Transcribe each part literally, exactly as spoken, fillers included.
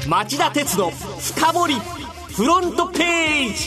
町田鉄の深掘りフロントページ。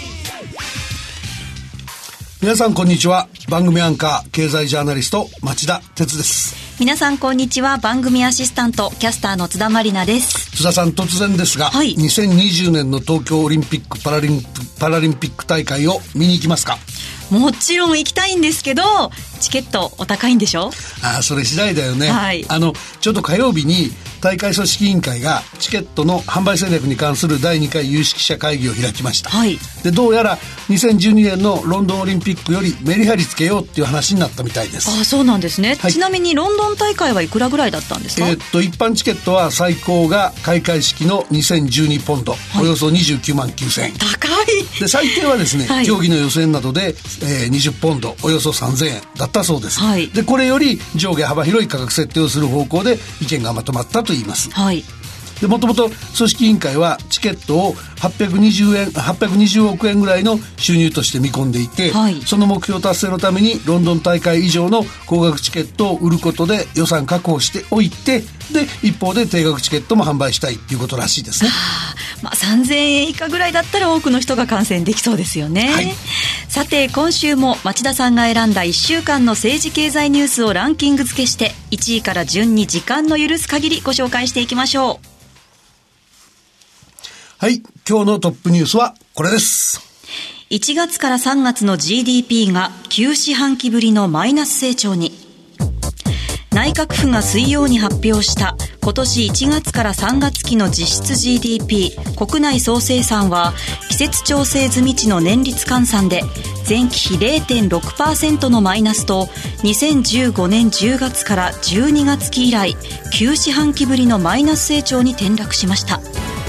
皆さんこんにちは。番組アンカー経済ジャーナリスト町田鉄です。 皆さんこんにちは。番組アシスタントキャスターの津田まりなです。 津田さん、突然ですが、はい、にせんにじゅうねんの東京オリンピックパラリンピック、パラリンピック大会を見に行きますか？ もちろん行きたいんですけど、チケットお高いんでしょ？ ああ、それ次第だよね、 はい、 あのちょっと火曜日に大会組織委員会がチケットの販売戦略に関するだいにかい有識者会議を開きました、 はい、 でどうやらにせんじゅうにねんのロンドンオリンピックよりメリハリつけようっていう話になったみたいです。 ああ、そうなんですね、 はい、 ちなみにロンドン大会はいくらぐらいだったんですか？ えー、っと一般チケットは最高が開会式のにせんじゅうにポンド、はい、およそにじゅうきゅうまんきゅうせんえん。 高いで最低はですね、はい、競技の予選などで、えー、にじゅうポンドおよそさんぜんえんだったそうです、はい、でこれより上下幅広い価格設定をする方向で意見がまとまったといいます、 はい。 でもともと組織委員会はチケットをはっぴゃくにじゅうえんはっぴゃくにじゅうおくえんぐらいの収入として見込んでいて、はい、その目標達成のためにロンドン大会以上の高額チケットを売ることで予算確保しておいて、で一方で低額チケットも販売したいということらしいですね。 まあ、さんぜんえん以下ぐらいだったら多くの人が観戦できそうですよね、はい。さて今週も町田さんが選んだいっしゅうかんの政治経済ニュースをランキング付けしていちいから順に時間の許す限りご紹介していきましょう。 はい、今日のトップニュースはこれです。 いちがつからさんがつの ジーディーピー がきゅう四半期ぶりのマイナス成長に。内閣府が水曜に発表した今年いちがつからさんがつ期の実質 ジーディーピー 国内総生産は季節調整済み値の年率換算で前期比 れいてんろくパーセント のマイナスとにせんじゅうごねんじゅうがつからじゅうにがつ期以来きゅう四半期ぶりのマイナス成長に転落しました。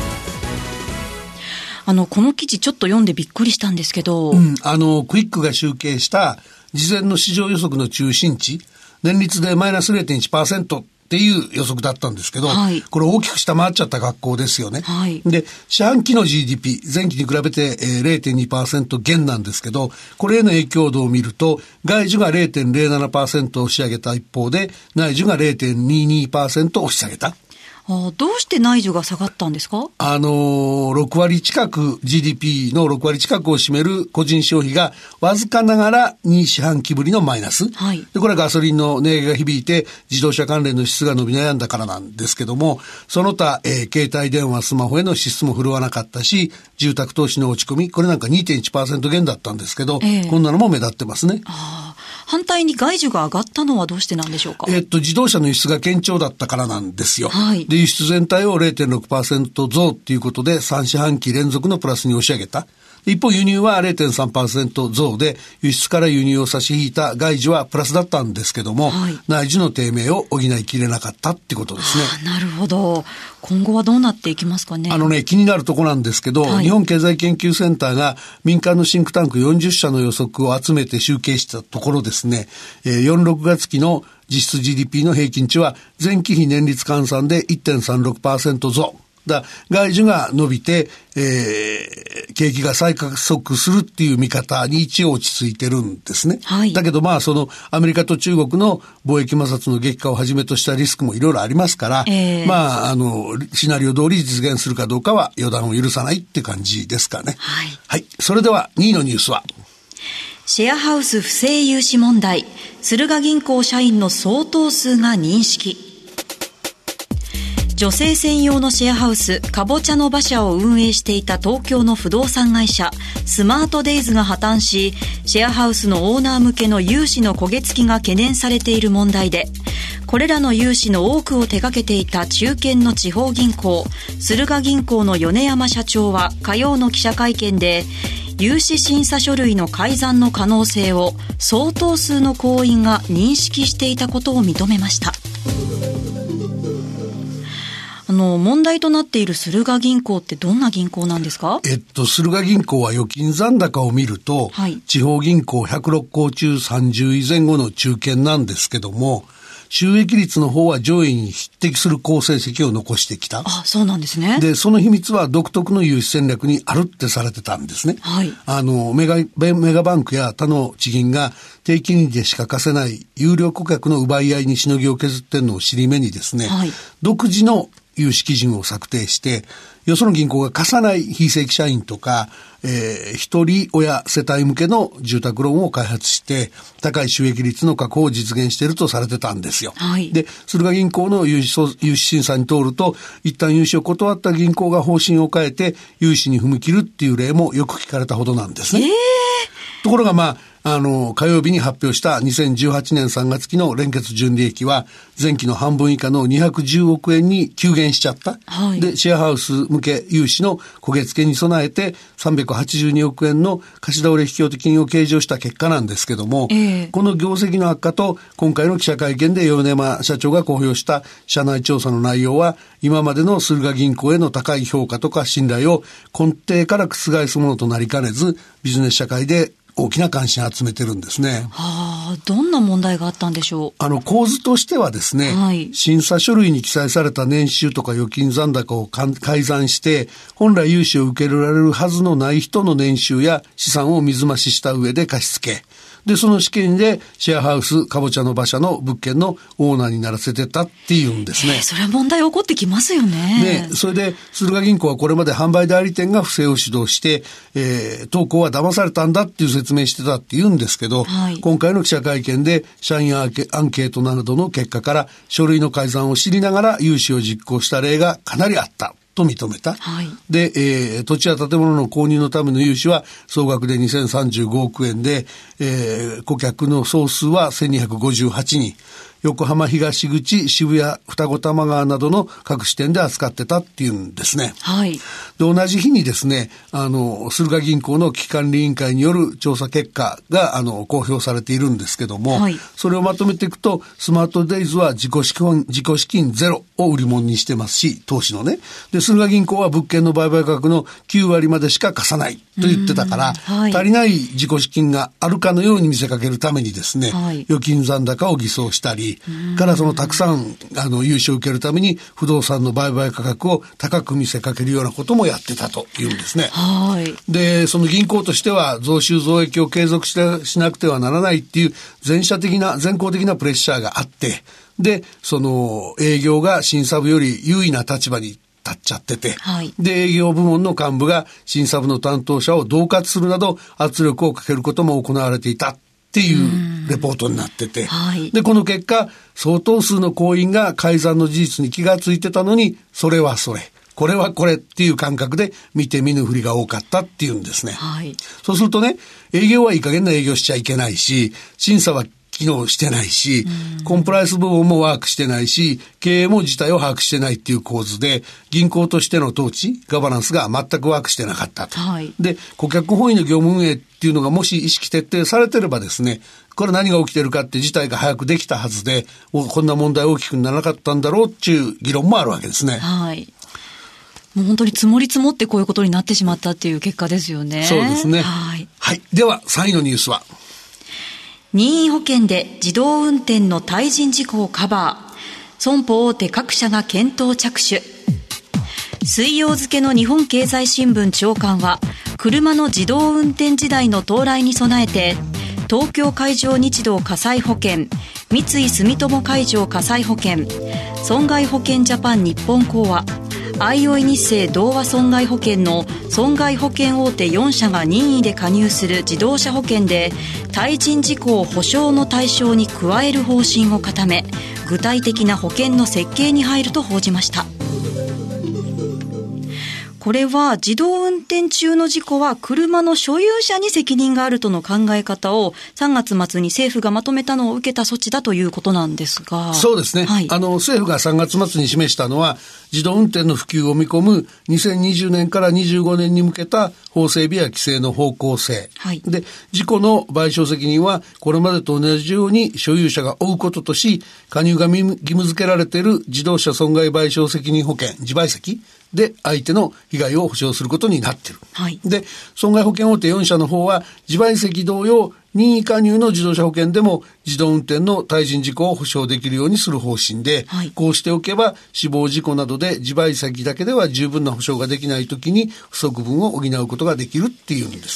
あのこの記事ちょっと読んでびっくりしたんですけど、 うん、あのクイックが集計した事前の市場予測の中心値、年率でマイナス れいてんいちパーセント っていう予測だったんですけど、はい、これ大きく下回っちゃった学校ですよね、はい、で四半期の ジーディーピー 前期に比べて、えー、れいてんにパーセント 減なんですけど、これへの影響度を見ると外需が れいてんぜろななパーセント 押し上げた一方で内需が れいてんににパーセント 押し下げた。 ああ、どうして内需が下がったんですか？ あのー、ろくわり近く ジーディーピー のろくわり近くを占める個人消費がわずかながらに四半期ぶりのマイナス、はい、でこれはガソリンの値上げが響いて自動車関連の支出が伸び悩んだからなんですけども、その他、えー、携帯電話スマホへの支出も振るわなかったし、住宅投資の落ち込み、これなんか にてんいちパーセント 減だったんですけど、えー、こんなのも目立ってますね。 あ、反対に外需が上がったのはどうしてなんでしょうか？ えー、っと自動車の輸出が堅調だったからなんですよ、はい、で輸出全体を れいてんろくパーセント 増っていうことでさん四半期連続のプラスに押し上げた。一方輸入は れいてんさんパーセント 増で輸出から輸入を差し引いた外需はプラスだったんですけども、はい、内需の低迷を補いきれなかったってことですね。 なるほど。今後はどうなっていきますかね。 あのね、気になるところなんですけど、はい、日本経済研究センターが民間のシンクタンクよんじゅっしゃの予測を集めて集計したところですね、えー、よん、ろくがつ期の実質 ジーディーピー の平均値は前期比年率換算で いってんさんろくパーセント 増だ。外需が伸びて、えー、景気が再加速するっていう見方に一応落ち着いてるんですね、はい、だけどまあそのアメリカと中国の貿易摩擦の激化をはじめとしたリスクもいろいろありますから、えー、まああのシナリオ通り実現するかどうかは予断を許さないって感じですかね。はい、はい、それではにいのニュースはシェアハウス不正融資問題、駿河銀行社員の相当数が認識。女性専用のシェアハウスかぼちゃの馬車を運営していた東京の不動産会社スマートデイズが破綻し、シェアハウスのオーナー向けの融資の焦げ付きが懸念されている問題で、これらの融資の多くを手掛けていた中堅の地方銀行駿河銀行の米山社長は火曜の記者会見で、融資審査書類の改ざんの可能性を相当数の行員が認識していたことを認めました。あの問題となっている駿河銀行ってどんな銀行なんですか？ えっと駿河銀行は預金残高を見ると、はい、地方銀行ひゃくろっこう中さんじゅうい前後の中堅なんですけども、収益率の方は上位に匹敵する好成績を残してきた。 あ、そうなんですね。 で、その秘密は独特の融資戦略にあるってされてたんですね。はい。あの、メガ、メガバンクや他の地銀が低金利でしか貸せない有料顧客の奪い合いにしのぎを削ってるのを尻目にですね、はい、独自の融資基準を策定して、よその銀行が貸さない非正規社員とか、えー、一人親世帯向けの住宅ローンを開発して、高い収益率の確保を実現しているとされてたんですよ。 はい、 で、駿河銀行の融資、融資審査に通ると、一旦融資を断った銀行が方針を変えて、融資に踏み切るっていう例もよく聞かれたほどなんですね。 えー、 ところがまあ、あの、火曜日に発表したにせんじゅうはちねんさんがつ期の連結純利益は前期の半分以下のにひゃくじゅうおくえんに急減しちゃった。 はい、 で、シェアハウス向け融資の焦げ付けに備えてさんびゃくはちじゅうにおくえんの貸し倒れ引当金を計上した結果なんですけども、えー、この業績の悪化と今回の記者会見で米山社長が公表した社内調査の内容は今までの駿河銀行への高い評価とか信頼を根底から覆すものとなりかねず、ビジネス社会で大きな関心を集めてるんですね。 はあ、どんな問題があったんでしょう。 あの構図としてはですね、はい、審査書類に記載された年収とか預金残高を改ざんして本来融資を受けられるはずのない人の年収や資産を水増しした上で貸し付け、でその資金でシェアハウスかぼちゃの馬車の物件のオーナーにならせてたっていうんですね。 えー、それは問題起こってきますよね。 ね、それで駿河銀行はこれまで販売代理店が不正を主導して、えー、当行は騙されたんだっていう説明してたって言うんですけど、はい、今回の記者会見で社員アンケートなどの結果から書類の改ざんを知りながら融資を実行した例がかなりあったと認めた。はい、で、えー、土地や建物の購入のための融資は総額でにせんさんじゅうごおくえんで、えー、顧客の総数はせんにひゃくごじゅうはちにん、横浜東口、渋谷、二子玉川などの各支店で扱ってたっていうんですね。はい。で、同じ日にですね、あの、駿河銀行の危機管理委員会による調査結果が、あの、公表されているんですけども、はい、それをまとめていくと、スマートデイズは自己資金、自己資金ゼロを売り物にしてますし、投資のね。で、駿河銀行は物件の売買価格のきゅうわりまでしか貸さないと言ってたから、はい、足りない自己資金があるかのように見せかけるためにですね、はい、預金残高を偽装したり、からそのたくさんあの融資を受けるために不動産の売買価格を高く見せかけるようなこともやってたというんですね。はい。で、その銀行としては増収増益を継続してしなくてはならないっていう全社的な全行的なプレッシャーがあって、で、その営業が審査部より優位な立場に立っちゃってて、はい、で営業部門の幹部が審査部の担当者を恫喝するなど圧力をかけることも行われていたっていうレポートになってて、はい、でこの結果相当数の行員が改ざんの事実に気がついてたのに、それはそれこれはこれっていう感覚で見て見ぬふりが多かったっていうんですね。はい、そうするとね、営業はいい加減な営業しちゃいけないし、審査は機能してないし、コンプライアンス部門もワークしてないし、経営も事態を把握してないっていう構図で、銀行としての統治、ガバナンスが全くワークしてなかったと。はい、で、顧客本位の業務運営っていうのがもし意識徹底されてればですね、これ何が起きてるかって事態が早くできたはずで、こんな問題大きくならなかったんだろうっていう議論もあるわけですね。はい。 もう本当に積もり積もってこういうことになってしまったっていう結果ですよね。 そうですね。はい。はい。ではさんいのニュースは、 任意保険で自動運転の対人事故をカバー。損保大手各社が検討着手。水曜付の日本経済新聞長官は、車の自動運転時代の到来に備えて、東京海上日動火災保険、三井住友海上火災保険、損害保険ジャパン日本興和、あいおい日清同和損害保険の損害保険大手よんしゃが任意で加入する自動車保険で対人事故を保証の対象に加える方針を固め、具体的な保険の設計に入ると報じました。これは自動運転中の事故は車の所有者に責任があるとの考え方をさんがつ末に政府がまとめたのを受けた措置だということなんですが。 そうですね。はい、あの政府がさんがつ末に示したのは自動運転の普及を見込むにせんにじゅうねんからにじゅうごねんに向けた法整備や規制の方向性。はい、で、事故の賠償責任はこれまでと同じように所有者が負うこととし、加入が義務付けられている自動車損害賠償責任保険、自賠責で相手の被害を保証することになっている。はい、で、損害保険大手よんしゃの方は自賠責同様任意加入の自動車保険でも自動運転の対人事故を保証できるようにする方針で、はい、こうしておけば死亡事故などで自賠責だけでは十分な保証ができないときに不足分を補うことができるっていうんですね。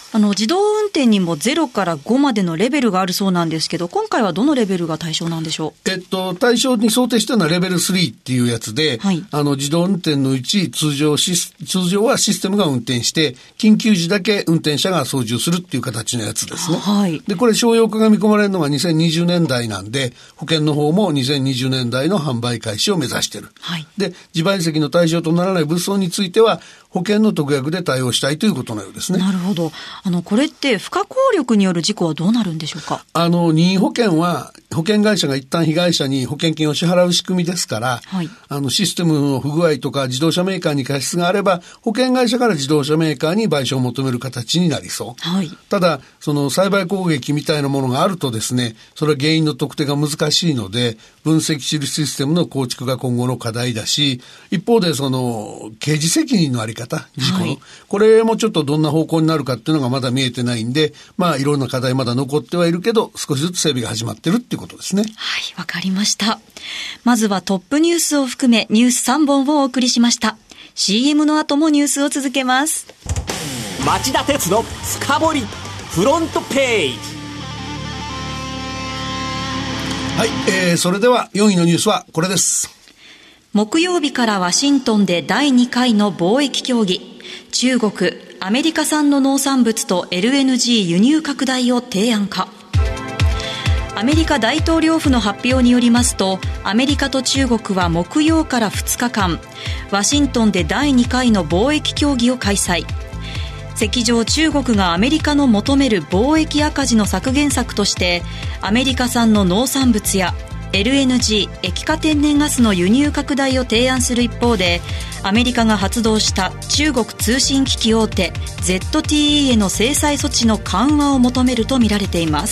あの自動運転にもゼロからごまでのレベルがあるそうなんですけど、今回はどのレベルが対象なんでしょう。 えっと、対象に想定したのはレベルスリーっていうやつで、 はい、 あの自動運転のうち通常シス通常はシステムが運転して緊急時だけ運転者が操縦するっていう形のやつですね。 はい、 でこれ商用化が見込まれるのがにせんにじゅうねんだいなんで、保険の方もにせんにじゅうねんだいの販売開始を目指している、 はい、 で自賠責の対象とならない物損については保険の特約で対応したいということのようですね。 なるほど。あのこれって不可抗力による事故はどうなるんでしょうか。 あの任意保険は保険会社が一旦被害者に保険金を支払う仕組みですから、はい、あのシステムの不具合とか自動車メーカーに過失があれば保険会社から自動車メーカーに賠償を求める形になりそう、はい、ただそのサイバー攻撃みたいなものがあるとですね、それは原因の特定が難しいので分析するシステムの構築が今後の課題だし、一方でその刑事責任のあり方、事故の、はい、これもちょっとどんな方向になるかっていうのがまだ見えてないんで、まあいろんな課題まだ残ってはいるけど少しずつ整備が始まってるっていうことですね。 はい、わかりました。まずはトップニュースを含めニュースさんぼんをお送りしました。 シーエム の後もニュースを続けます。 町田鉄の深掘りフロントページ。 はい、えー、それではよんいのニュースはこれです。 木曜日からワシントンでだいにかいの貿易協議、中国、アメリカ産の農産物と エルエヌジー 輸入拡大を提案か。アメリカ大統領府の発表によりますと、アメリカと中国は木曜からふつかかん、ワシントンでだいにかいの貿易協議を開催。席上中国がアメリカの求める貿易赤字の削減策として、アメリカ産の農産物や エルエヌジー 液化天然ガスの輸入拡大を提案する一方で、アメリカが発動した中国通信機器大手 ゼットティーイー への制裁措置の緩和を求めるとみられています。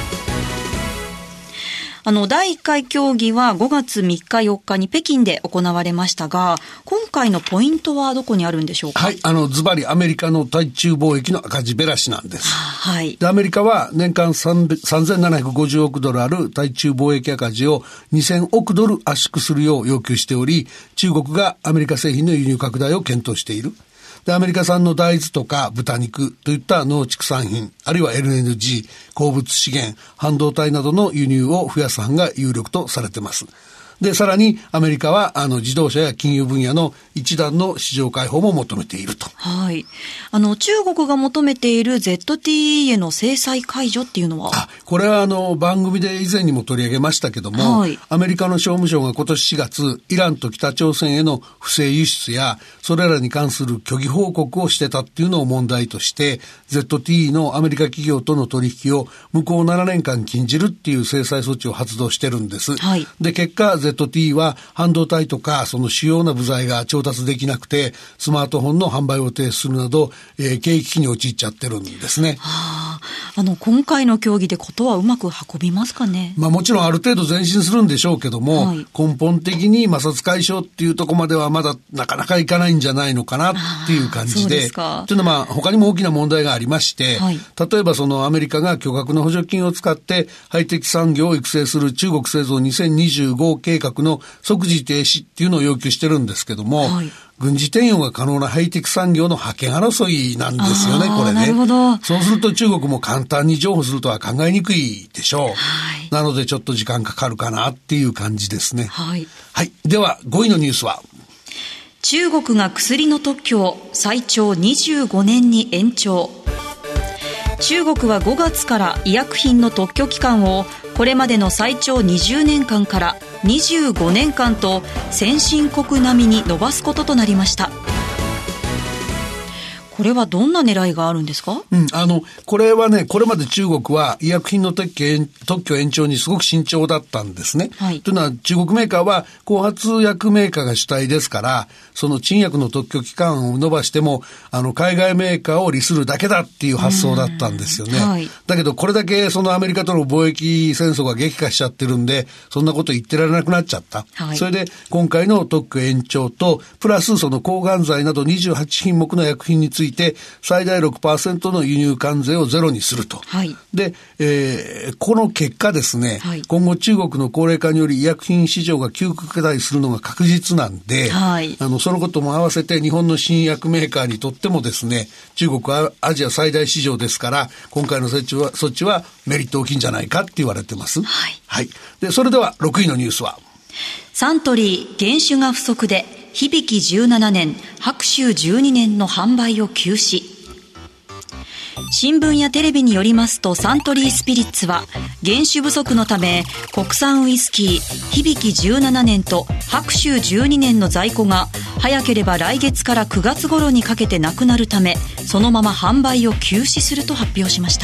あのだいいっかい協議はごがつみっかよっかに北京で行われましたが、今回のポイントはどこにあるんでしょうか。 はい、あのズバリアメリカの対中貿易の赤字べらしなんです。 はい、 でアメリカは年間さんぜんななひゃくごじゅうおくドルある対中貿易赤字をにせんおくドル圧縮するよう要求しており、中国がアメリカ製品の輸入拡大を検討している。でアメリカ産の大豆とか豚肉といった農畜産品、あるいは エルエヌジー、鉱物資源、半導体などの輸入を増やす案が有力とされています。でさらにアメリカはあの自動車や金融分野の一段の市場開放も求めていると。 はい、あの中国が求めている ゼットティーイー への制裁解除っていうのは、 あこれはあの番組で以前にも取り上げましたけども、はい、アメリカの商務省が今年しがつイランと北朝鮮への不正輸出やそれらに関する虚偽報告をしてたっていうのを問題として ゼットティーイー のアメリカ企業との取引を向こうななねんかん禁じるっていう制裁措置を発動してるんです。はい、で結果 ゼットティーイー は半導体とかその主要な部材が調達できなくてスマートフォンの販売を停止するなど、えー、経営危機に陥っちゃってるんですね。 はあ、あの今回の協議でことはうまく運びますかね。 まあ、もちろんある程度前進するんでしょうけども、はい、根本的に摩擦解消っていうところまではまだなかなかいかないんじゃないのかなっていう感じで、というのはまあ他にも大きな問題がありまして、はい、例えばそのアメリカが巨額の補助金を使ってハイテク産業を育成する中国製造にせんにじゅうご計画の即時停止っていうのを要求してるんですけども、はい、軍事転用が可能なハイテク産業の覇権争いなんですよね、これね。 なるほど。 そうすると中国も簡単に譲歩するとは考えにくいでしょう。はい、なのでちょっと時間かかるかなっていう感じですね。はい。はい。ではごいのニュースは、 中国が薬の特許を最長にじゅうごねんに延長。中国はごがつから医薬品の特許期間をこれまでの最長にじゅうねんかんからにじゅうごねんかんと先進国並みに伸ばすこととなりました。これはどんな狙いがあるんですか？ うん、あの、これはね、これまで中国は医薬品の特許、特許延長にすごく慎重だったんですね。はい。というのは中国メーカーは後発薬メーカーが主体ですから、その鎮薬の特許期間を伸ばしても、あの、海外メーカーを利するだけだっていう発想だったんですよね。はい。だけどこれだけそのアメリカとの貿易戦争が激化しちゃってるんで、そんなこと言ってられなくなっちゃった。はい。それで今回の特許延長と、プラスその抗がん剤などにじゅうはちひんもくの薬品についていて最大 ろくパーセント の輸入関税をゼロにすると。 はい、 で、えー、この結果ですね、 はい、 今後中国の高齢化により医薬品市場が急拡大するのが確実なんで、 はい、 あのそのことも合わせて日本の新薬メーカーにとってもですね、中国はアジア最大市場ですから今回の措置は、措置はメリット大きいんじゃないかって言われてます。 はい。 はい。で、それではろくいのニュースは、 サントリー原酒が不足で響じゅうななねん、白州じゅうにねんの販売を休止。新聞やテレビによりますと、サントリースピリッツは原酒不足のため国産ウイスキー響じゅうななねんと白州じゅうにねんの在庫が早ければ来月からくがつ頃にかけてなくなるため、そのまま販売を休止すると発表しました。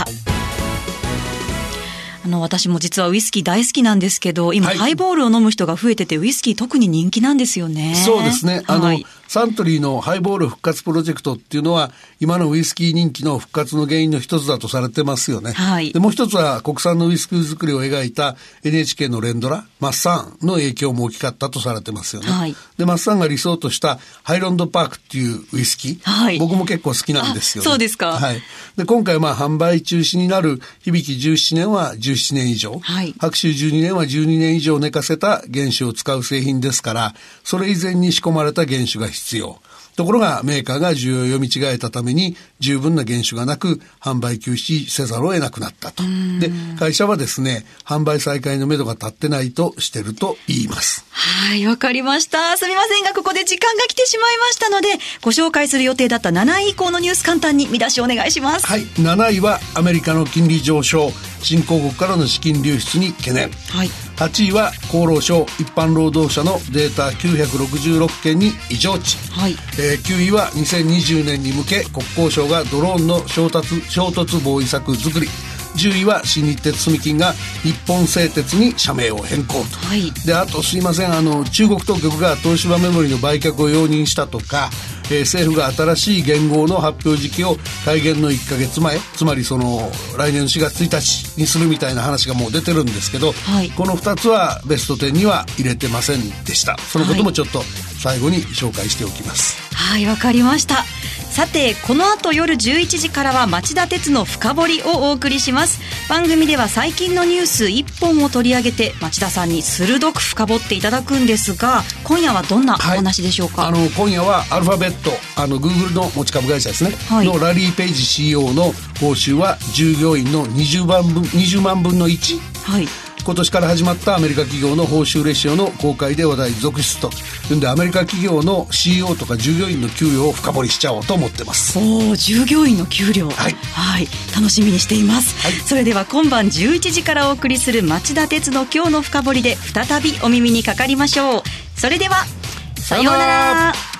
あの私も実はウイスキー大好きなんですけど、今、はい、ハイボールを飲む人が増えててウイスキー特に人気なんですよね。 そうですね、あの、 はい、 サントリーのハイボール復活プロジェクトっていうのは今のウイスキー人気の復活の原因の一つだとされてますよね、 はい、 でもう一つは国産のウイスキー作りを描いた エヌエイチケー の連ドラマッサンの影響も大きかったとされてますよね、はい、でマッサンが理想としたハイランドパークっていうウイスキー、はい、僕も結構好きなんですよね。 そうですか、 はい、で今回まあ販売中止になる響じゅうななねんはじゅうななねん以上、はい、白州じゅうにねんはじゅうにねん以上寝かせた原酒を使う製品ですから、それ以前に仕込まれた原酒が必要。ところがメーカーが需要を読み違えたために十分な原酒がなく販売休止せざるを得なくなったと。で会社はですね、販売再開のめどが立ってないとしてると言います。 はい、わかりました。すみませんがここで時間が来てしまいましたので、ご紹介する予定だったなない以降のニュース簡単に見出しお願いします。 はい、なないはアメリカの金利上昇、新興国からの資金流出に懸念。はい、はちいは厚労省一般労働者のデータきゅうひゃくろくじゅうろっけんに異常値。はい、えー、きゅういはにせんにじゅうねんに向け国交省がドローンの衝突、衝突防止策作り。じゅういは新日鉄住金が日本製鉄に社名を変更と、はい、であとすいません、あの中国当局が東芝メモリの売却を容認したとか、えー、政府が新しい元号の発表時期を改元のいっかげつまえ、つまりその来年のしがつついたちにするみたいな話がもう出てるんですけど、はい、このふたつはベストじゅうには入れてませんでした。そのこともちょっと最後に紹介しておきます。 はい、わかりました。さてこの後夜じゅういちじからは町田鉄の深掘りをお送りします。番組では最近のニュースいっぽんを取り上げて町田さんに鋭く深掘っていただくんですが、今夜はどんなお話でしょうか。 はい、あの今夜はアルファベット、あの Google の持ち株会社ですね、はい、のラリー・ペイジ シーイーオー の報酬は従業員のにじゅうまんぶん、にじゅうまんぶんのいち、はい、今年から始まったアメリカ企業の報酬レシオの公開で話題続出というんで、アメリカ企業の シーイーオー とか従業員の給与を深掘りしちゃおうと思ってます。 おー、従業員の給料、はい、はい、楽しみにしています。はい、それでは今晩じゅういちじからお送りする町田鉄の今日の深掘りで再びお耳にかかりましょう。それではさようなら。